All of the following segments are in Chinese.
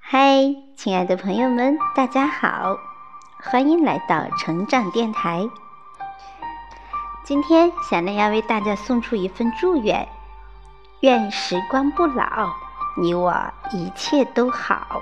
嗨，亲爱的朋友们，大家好，欢迎来到成长电台。今天小亮要为大家送出一份祝愿，愿时光不老，你我一切都好。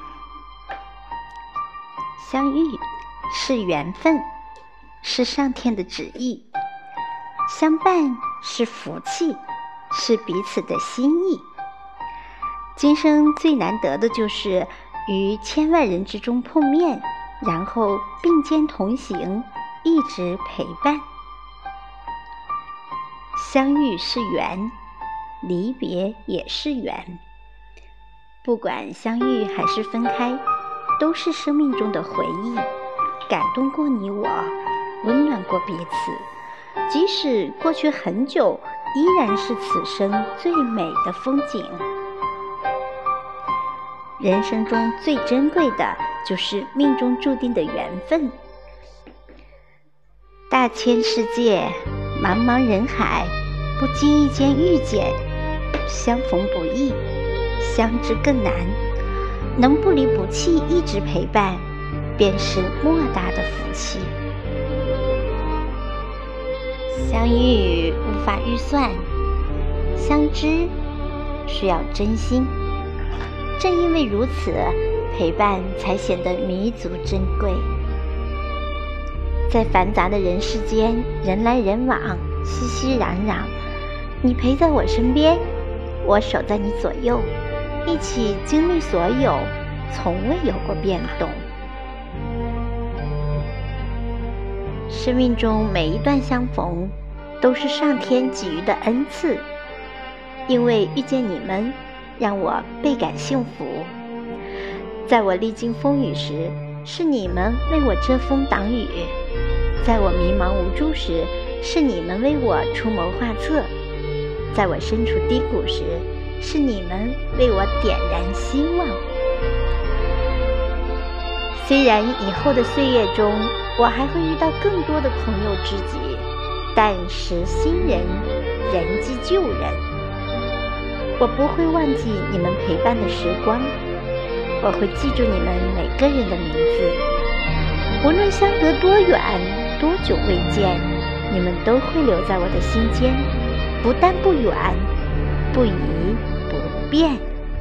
相遇是缘分，是上天的旨意；相伴是福气，是彼此的心意。今生最难得的就是于千万人之中碰面，然后并肩同行，一直陪伴。相遇是缘，离别也是缘。不管相遇还是分开，都是生命中的回忆，感动过你我，温暖过彼此。即使过去很久，依然是此生最美的风景。人生中最珍贵的就是命中注定的缘分。大千世界，茫茫人海，不经意间遇见，相逢不易，相知更难。能不离不弃，一直陪伴，便是莫大的福气。相遇无法预算，相知需要真心。正因为如此，陪伴才显得弥足珍贵。在繁杂的人世间，人来人往，熙熙攘攘，你陪在我身边，我守在你左右，一起经历所有，从未有过变动。生命中每一段相逢，都是上天给予的恩赐，因为遇见你们，让我倍感幸福。在我历经风雨时，是你们为我遮风挡雨；在我迷茫无助时，是你们为我出谋划策；在我身处低谷时，是你们为我点燃希望。虽然以后的岁月中，我还会遇到更多的朋友知己，但识新人，人即旧人。我不会忘记你们陪伴的时光，我会记住你们每个人的名字。无论相隔多远，多久未见，你们都会留在我的心间，不淡不远，不移不变。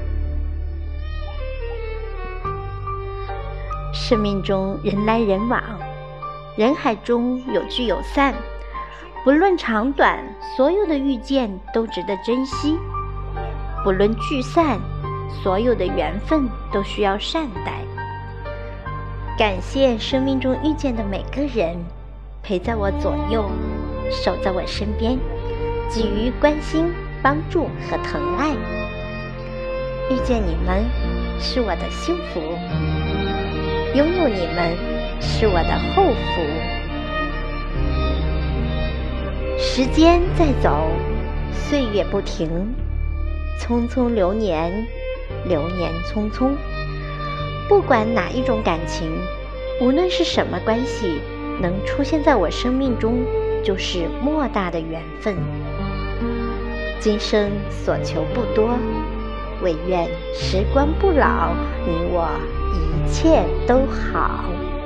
生命中人来人往，人海中有聚有散，不论长短，所有的遇见都值得珍惜。不论聚散，所有的缘分都需要善待。感谢生命中遇见的每个人，陪在我左右，守在我身边，给予关心、帮助和疼爱。遇见你们是我的幸福，拥有你们是我的后福。时间在走，岁月不停，匆匆流年，流年匆匆。不管哪一种感情，无论是什么关系，能出现在我生命中，就是莫大的缘分。今生所求不多，唯愿时光不老，你我一切都好。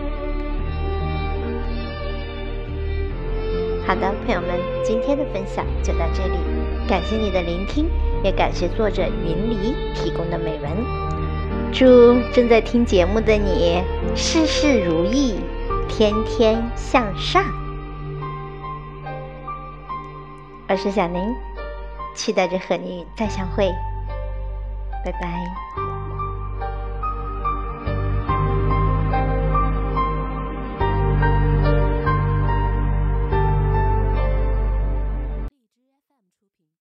好的，朋友们，今天的分享就到这里，感谢你的聆听，也感谢作者云离提供的美文。祝正在听节目的你事事如意，天天向上。我是小宁，期待着和你再相会，拜拜。